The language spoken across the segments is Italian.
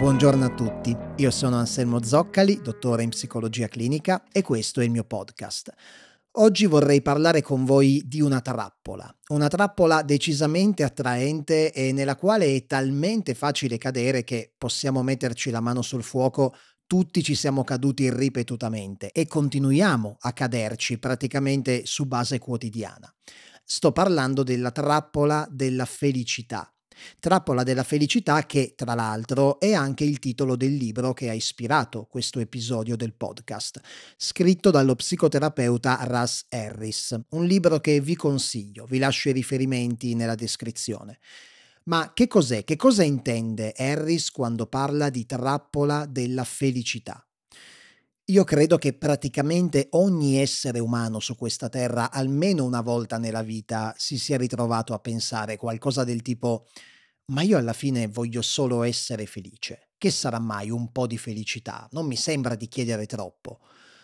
Buongiorno a tutti, io sono Anselmo Zoccali, dottore in psicologia clinica e questo è il mio podcast. Oggi vorrei parlare con voi di una trappola decisamente attraente e nella quale è talmente facile cadere che possiamo metterci la mano sul fuoco, tutti ci siamo caduti ripetutamente e continuiamo a caderci praticamente su base quotidiana. Sto parlando della trappola della felicità. Trappola della felicità che, tra l'altro, è anche il titolo del libro che ha ispirato questo episodio del podcast, scritto dallo psicoterapeuta Russ Harris, un libro che vi consiglio, vi lascio i riferimenti nella descrizione. Ma che cos'è? Che cosa intende Harris quando parla di trappola della felicità? Io credo che praticamente ogni essere umano su questa terra, almeno una volta nella vita, si sia ritrovato a pensare qualcosa del tipo: "Ma io alla fine voglio solo essere felice. Che sarà mai un po' di felicità? Non mi sembra di chiedere troppo".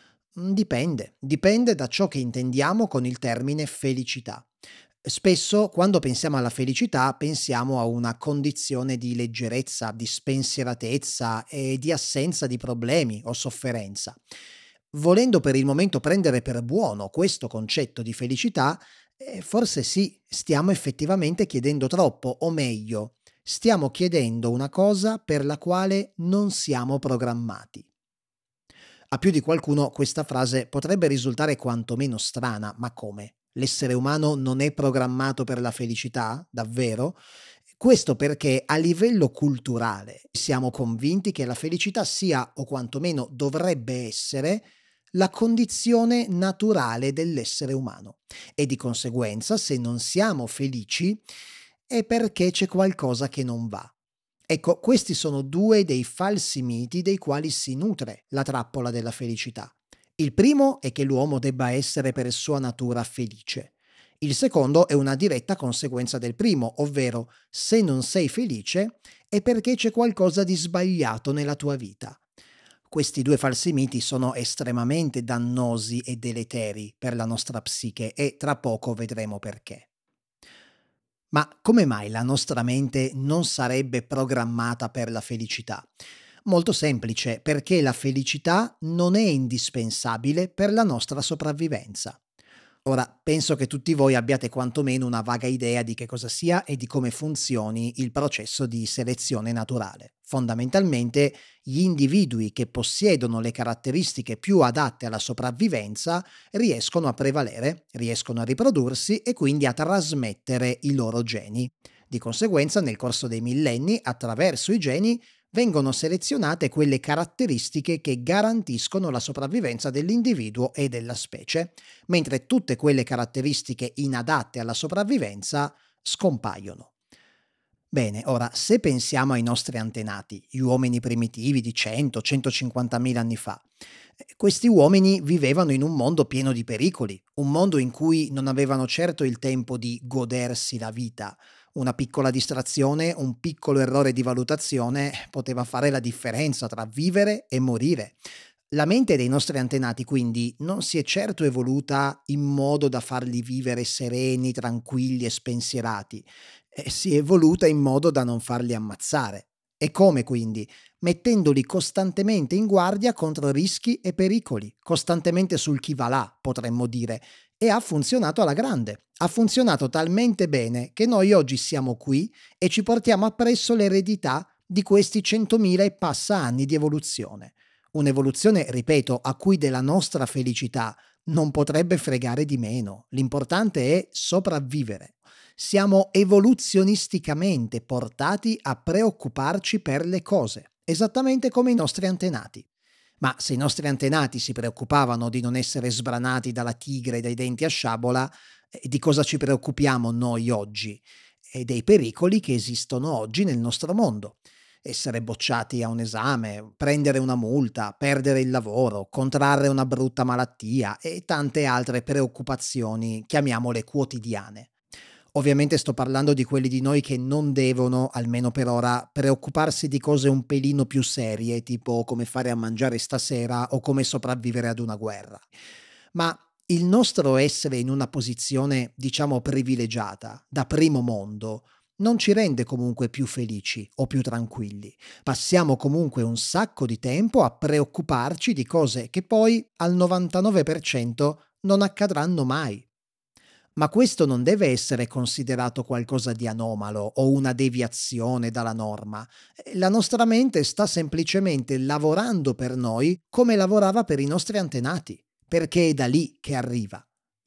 Dipende da ciò che intendiamo con il termine felicità. Spesso quando pensiamo alla felicità pensiamo a una condizione di leggerezza, di spensieratezza e di assenza di problemi o sofferenza. Volendo per il momento prendere per buono questo concetto di felicità, forse sì, stiamo effettivamente chiedendo troppo, o meglio, stiamo chiedendo una cosa per la quale non siamo programmati. A più di qualcuno questa frase potrebbe risultare quantomeno strana, ma come? L'essere umano non è programmato per la felicità? Davvero? Questo perché a livello culturale siamo convinti che la felicità sia, o quantomeno dovrebbe essere, la condizione naturale dell'essere umano e di conseguenza se non siamo felici è perché c'è qualcosa che non va. Ecco, questi sono due dei falsi miti dei quali si nutre la trappola della felicità. Il primo è che l'uomo debba essere per sua natura felice. Il secondo è una diretta conseguenza del primo, ovvero se non sei felice è perché c'è qualcosa di sbagliato nella tua vita. Questi due falsi miti sono estremamente dannosi e deleteri per la nostra psiche e tra poco vedremo perché. Ma come mai la nostra mente non sarebbe programmata per la felicità? Molto semplice, perché la felicità non è indispensabile per la nostra sopravvivenza. Ora, penso che tutti voi abbiate quantomeno una vaga idea di che cosa sia e di come funzioni il processo di selezione naturale. Fondamentalmente, gli individui che possiedono le caratteristiche più adatte alla sopravvivenza riescono a prevalere, riescono a riprodursi e quindi a trasmettere i loro geni. Di conseguenza, nel corso dei millenni, attraverso i geni, vengono selezionate quelle caratteristiche che garantiscono la sopravvivenza dell'individuo e della specie, mentre tutte quelle caratteristiche inadatte alla sopravvivenza scompaiono. Bene, ora se pensiamo ai nostri antenati, gli uomini primitivi di 100-150 mila anni fa, questi uomini vivevano in un mondo pieno di pericoli, un mondo in cui non avevano certo il tempo di godersi la vita. Una piccola distrazione, un piccolo errore di valutazione poteva fare la differenza tra vivere e morire. La mente dei nostri antenati quindi non si è certo evoluta in modo da farli vivere sereni, tranquilli e spensierati, si è evoluta in modo da non farli ammazzare. E come quindi? Mettendoli costantemente in guardia contro rischi e pericoli, costantemente sul chi va là, potremmo dire. E ha funzionato alla grande. Ha funzionato talmente bene che noi oggi siamo qui e ci portiamo appresso l'eredità di questi 100.000 e passa anni di evoluzione. Un'evoluzione, ripeto, a cui della nostra felicità non potrebbe fregare di meno. L'importante è sopravvivere. Siamo evoluzionisticamente portati a preoccuparci per le cose, esattamente come i nostri antenati. Ma se i nostri antenati si preoccupavano di non essere sbranati dalla tigre dai denti a sciabola, di cosa ci preoccupiamo noi oggi? E dei pericoli che esistono oggi nel nostro mondo. Essere bocciati a un esame, prendere una multa, perdere il lavoro, contrarre una brutta malattia e tante altre preoccupazioni, chiamiamole quotidiane. Ovviamente sto parlando di quelli di noi che non devono, almeno per ora, preoccuparsi di cose un pelino più serie, tipo come fare a mangiare stasera o come sopravvivere ad una guerra. Ma il nostro essere in una posizione, diciamo, privilegiata, da primo mondo, non ci rende comunque più felici o più tranquilli. Passiamo comunque un sacco di tempo a preoccuparci di cose che poi al 99% non accadranno mai. Ma questo non deve essere considerato qualcosa di anomalo o una deviazione dalla norma. La nostra mente sta semplicemente lavorando per noi come lavorava per i nostri antenati, perché è da lì che arriva.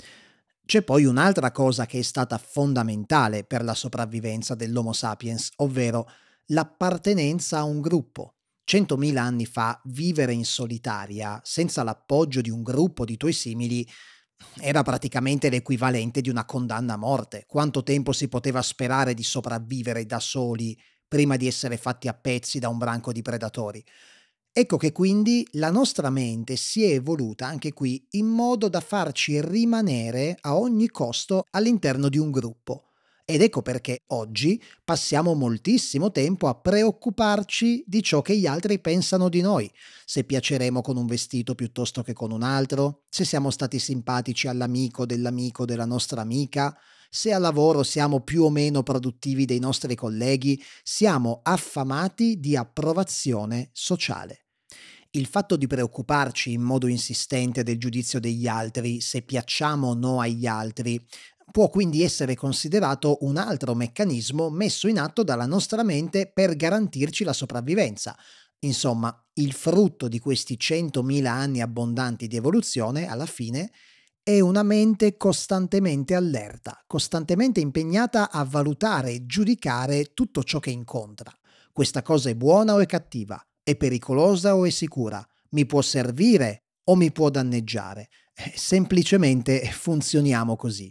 C'è poi un'altra cosa che è stata fondamentale per la sopravvivenza dell'Homo sapiens, ovvero l'appartenenza a un gruppo. 100.000 anni fa vivere in solitaria, senza l'appoggio di un gruppo di tuoi simili, era praticamente l'equivalente di una condanna a morte. Quanto tempo si poteva sperare di sopravvivere da soli prima di essere fatti a pezzi da un branco di predatori? Ecco che quindi la nostra mente si è evoluta anche qui in modo da farci rimanere a ogni costo all'interno di un gruppo. Ed ecco perché oggi passiamo moltissimo tempo a preoccuparci di ciò che gli altri pensano di noi, se piaceremo con un vestito piuttosto che con un altro, se siamo stati simpatici all'amico della nostra amica, se al lavoro siamo più o meno produttivi dei nostri colleghi, siamo affamati di approvazione sociale. Il fatto di preoccuparci in modo insistente del giudizio degli altri, se piacciamo o no agli altri, può quindi essere considerato un altro meccanismo messo in atto dalla nostra mente per garantirci la sopravvivenza. Insomma, il frutto di questi 100.000 anni abbondanti di evoluzione, alla fine, è una mente costantemente allerta, costantemente impegnata a valutare e giudicare tutto ciò che incontra. Questa cosa è buona o è cattiva? È pericolosa o è sicura? Mi può servire o mi può danneggiare? Semplicemente funzioniamo così.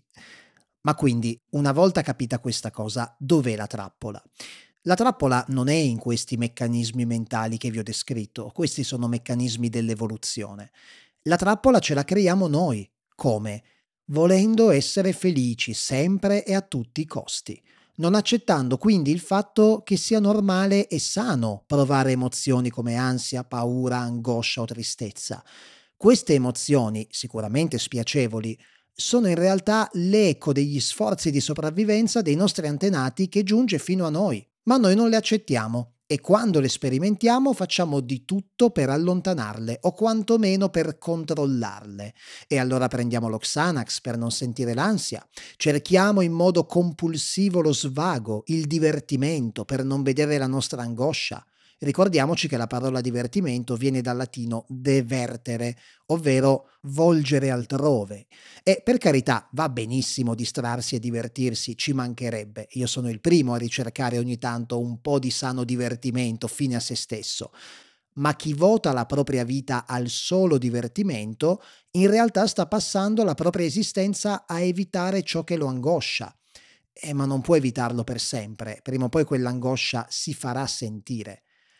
Ma quindi, una volta capita questa cosa, dov'è la trappola? La trappola non è in questi meccanismi mentali che vi ho descritto, questi sono meccanismi dell'evoluzione. La trappola ce la creiamo noi. Come? Volendo essere felici sempre e a tutti i costi, non accettando quindi il fatto che sia normale e sano provare emozioni come ansia, paura, angoscia o tristezza. Queste emozioni, sicuramente spiacevoli, sono in realtà l'eco degli sforzi di sopravvivenza dei nostri antenati che giunge fino a noi, ma noi non le accettiamo e quando le sperimentiamo facciamo di tutto per allontanarle o quantomeno per controllarle. E allora prendiamo lo Xanax per non sentire l'ansia, cerchiamo in modo compulsivo lo svago, il divertimento per non vedere la nostra angoscia. Ricordiamoci che la parola divertimento viene dal latino divertere, ovvero volgere altrove. E per carità, va benissimo distrarsi e divertirsi, ci mancherebbe. Io sono il primo a ricercare ogni tanto un po' di sano divertimento fine a se stesso. Ma chi vota la propria vita al solo divertimento, in realtà sta passando la propria esistenza a evitare ciò che lo angoscia. Ma non può evitarlo per sempre, prima o poi quell'angoscia si farà sentire.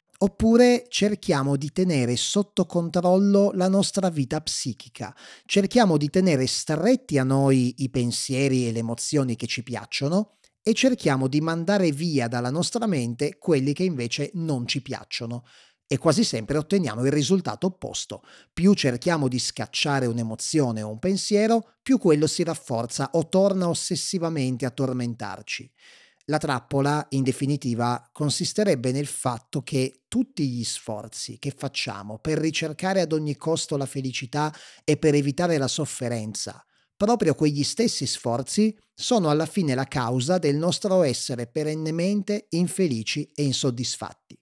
Oppure cerchiamo di tenere sotto controllo la nostra vita psichica, cerchiamo di tenere stretti a noi i pensieri e le emozioni che ci piacciono e cerchiamo di mandare via dalla nostra mente quelli che invece non ci piacciono. E quasi sempre otteniamo il risultato opposto. Più cerchiamo di scacciare un'emozione o un pensiero, più quello si rafforza o torna ossessivamente a tormentarci. La trappola, in definitiva, consisterebbe nel fatto che tutti gli sforzi che facciamo per ricercare ad ogni costo la felicità e per evitare la sofferenza, proprio quegli stessi sforzi sono alla fine la causa del nostro essere perennemente infelici e insoddisfatti.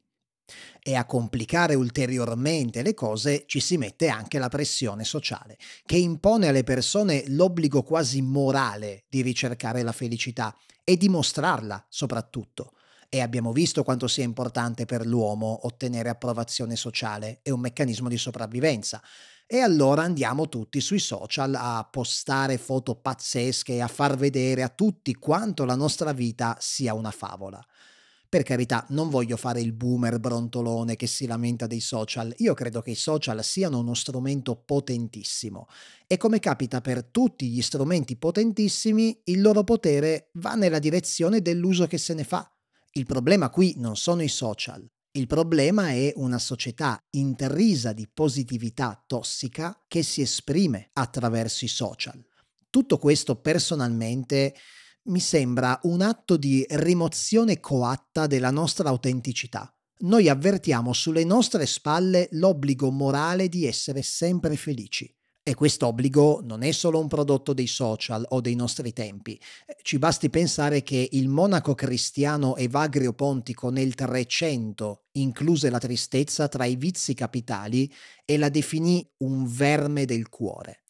E a complicare ulteriormente le cose ci si mette anche la pressione sociale, che impone alle persone l'obbligo quasi morale di ricercare la felicità e dimostrarla soprattutto. E abbiamo visto quanto sia importante per l'uomo ottenere approvazione sociale, è un meccanismo di sopravvivenza. E allora andiamo tutti sui social a postare foto pazzesche e a far vedere a tutti quanto la nostra vita sia una favola. Per carità, non voglio fare il boomer brontolone che si lamenta dei social. Io credo che i social siano uno strumento potentissimo e come capita per tutti gli strumenti potentissimi, il loro potere va nella direzione dell'uso che se ne fa. Il problema qui non sono i social. Il problema è una società intrisa di positività tossica che si esprime attraverso i social. Tutto questo personalmente Mi sembra un atto di rimozione coatta della nostra autenticità. Noi avvertiamo sulle nostre spalle l'obbligo morale di essere sempre felici. E quest'obbligo non è solo un prodotto dei social o dei nostri tempi. Ci basti pensare che il monaco cristiano Evagrio Pontico nel 300 incluse la tristezza tra i vizi capitali e la definì un verme del cuore.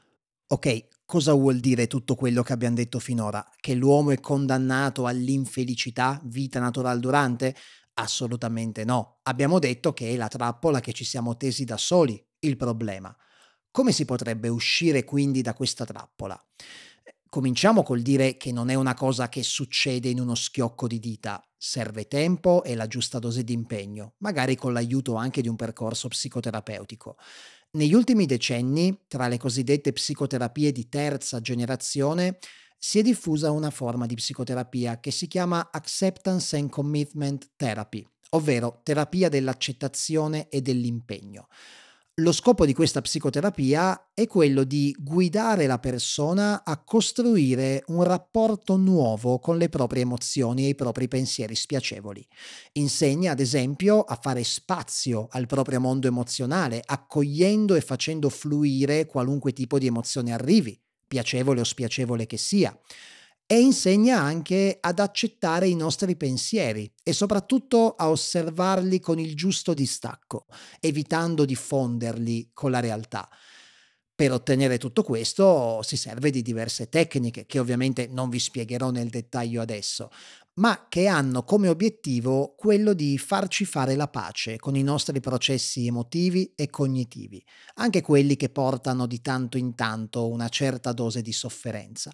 Ok, cosa vuol dire tutto quello che abbiamo detto finora? Che l'uomo è condannato all'infelicità, vita natural durante? Assolutamente no. Abbiamo detto che è la trappola che ci siamo tesi da soli il problema. Come si potrebbe uscire quindi da questa trappola? Cominciamo col dire che non è una cosa che succede in uno schiocco di dita. Serve tempo e la giusta dose di impegno, magari con l'aiuto anche di un percorso psicoterapeutico. Negli ultimi decenni, tra le cosiddette psicoterapie di terza generazione, si è diffusa una forma di psicoterapia che si chiama Acceptance and Commitment Therapy, ovvero terapia dell'accettazione e dell'impegno. Lo scopo di questa psicoterapia è quello di guidare la persona a costruire un rapporto nuovo con le proprie emozioni e i propri pensieri spiacevoli. Insegna, ad esempio, a fare spazio al proprio mondo emozionale, accogliendo e facendo fluire qualunque tipo di emozione arrivi, piacevole o spiacevole che sia. E insegna anche ad accettare i nostri pensieri e soprattutto a osservarli con il giusto distacco, evitando di fonderli con la realtà. Per ottenere tutto questo si serve di diverse tecniche che ovviamente non vi spiegherò nel dettaglio adesso, ma che hanno come obiettivo quello di farci fare la pace con i nostri processi emotivi e cognitivi, anche quelli che portano di tanto in tanto una certa dose di sofferenza.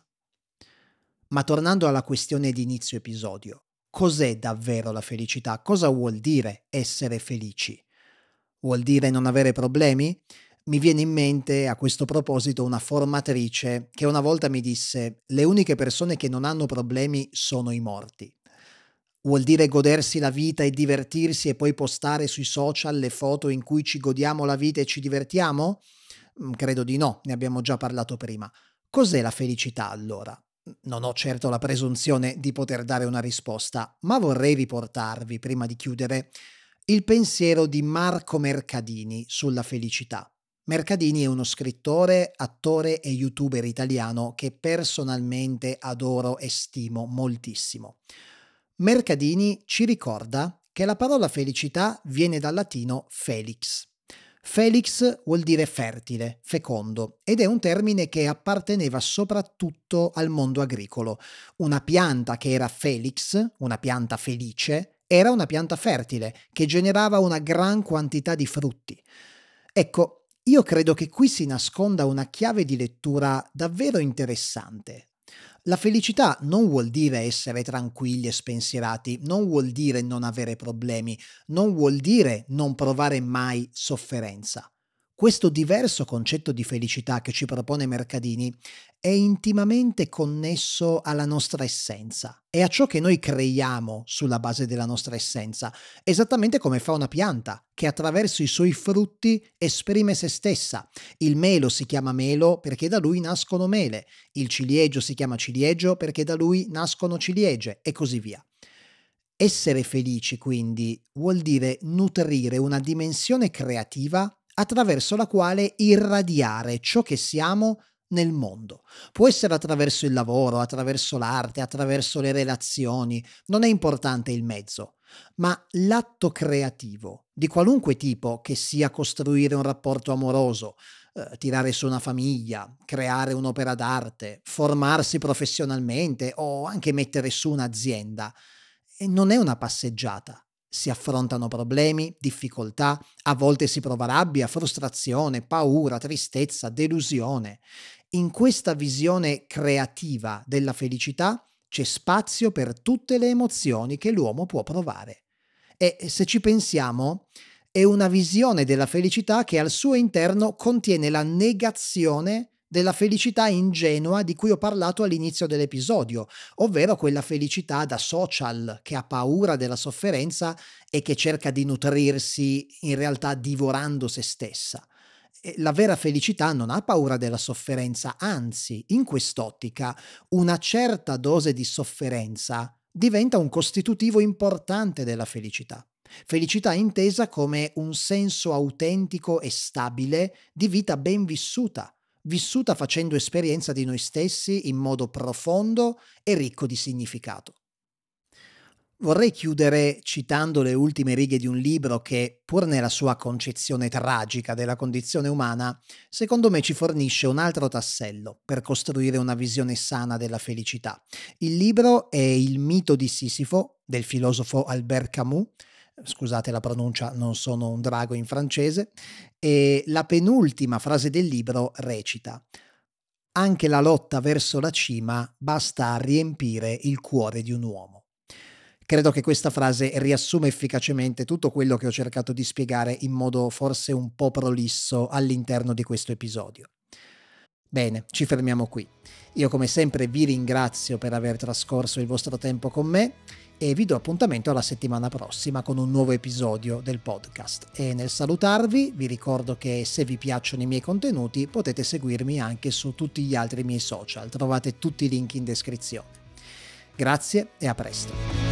Ma tornando alla questione di inizio episodio, cos'è davvero la felicità? Cosa vuol dire essere felici? Vuol dire non avere problemi? Mi viene in mente a questo proposito una formatrice che una volta mi disse: le uniche persone che non hanno problemi sono i morti. Vuol dire godersi la vita e divertirsi e poi postare sui social le foto in cui ci godiamo la vita e ci divertiamo? Credo di no, ne abbiamo già parlato prima. Cos'è la felicità allora? Non ho certo la presunzione di poter dare una risposta, ma vorrei riportarvi, prima di chiudere, il pensiero di Marco Mercadini sulla felicità. Mercadini è uno scrittore, attore e youtuber italiano che personalmente adoro e stimo moltissimo. Mercadini ci ricorda che la parola felicità viene dal latino felix. Felix vuol dire fertile, fecondo, ed è un termine che apparteneva soprattutto al mondo agricolo. Una pianta che era felix, una pianta felice, era una pianta fertile che generava una gran quantità di frutti. Ecco, io credo che qui si nasconda una chiave di lettura davvero interessante. La felicità non vuol dire essere tranquilli e spensierati, non vuol dire non avere problemi, non vuol dire non provare mai sofferenza. Questo diverso concetto di felicità che ci propone Mercadini è intimamente connesso alla nostra essenza e a ciò che noi creiamo sulla base della nostra essenza, esattamente come fa una pianta che attraverso i suoi frutti esprime se stessa. Il melo si chiama melo perché da lui nascono mele, il ciliegio si chiama ciliegio perché da lui nascono ciliegie e così via. Essere felici, quindi, vuol dire nutrire una dimensione creativa attraverso la quale irradiare ciò che siamo nel mondo. Può essere attraverso il lavoro, attraverso l'arte, attraverso le relazioni, non è importante il mezzo, ma l'atto creativo, di qualunque tipo, che sia costruire un rapporto amoroso, tirare su una famiglia, creare un'opera d'arte, formarsi professionalmente o anche mettere su un'azienda, e non è una passeggiata. Si affrontano problemi, difficoltà, a volte si prova rabbia, frustrazione, paura, tristezza, delusione. In questa visione creativa della felicità c'è spazio per tutte le emozioni che l'uomo può provare. E se ci pensiamo, è una visione della felicità che al suo interno contiene la negazione della felicità ingenua di cui ho parlato all'inizio dell'episodio, ovvero quella felicità da social che ha paura della sofferenza e che cerca di nutrirsi in realtà divorando se stessa. La vera felicità non ha paura della sofferenza, anzi, in quest'ottica, una certa dose di sofferenza diventa un costitutivo importante della felicità. Felicità intesa come un senso autentico e stabile di vita ben vissuta, vissuta facendo esperienza di noi stessi in modo profondo e ricco di significato. Vorrei chiudere citando le ultime righe di un libro che, pur nella sua concezione tragica della condizione umana, secondo me ci fornisce un altro tassello per costruire una visione sana della felicità. Il libro è Il mito di Sisifo del filosofo Albert Camus. Scusate la pronuncia, non sono un drago in francese. E la penultima frase del libro recita: anche la lotta verso la cima basta a riempire il cuore di un uomo. Credo che questa frase riassume efficacemente tutto quello che ho cercato di spiegare in modo forse un po' prolisso all'interno di questo episodio. Bene, ci fermiamo qui. Io come sempre vi ringrazio per aver trascorso il vostro tempo con me e vi do appuntamento alla settimana prossima con un nuovo episodio del podcast. E nel salutarvi vi ricordo che se vi piacciono i miei contenuti potete seguirmi anche su tutti gli altri miei social, trovate tutti i link in descrizione. Grazie e a presto.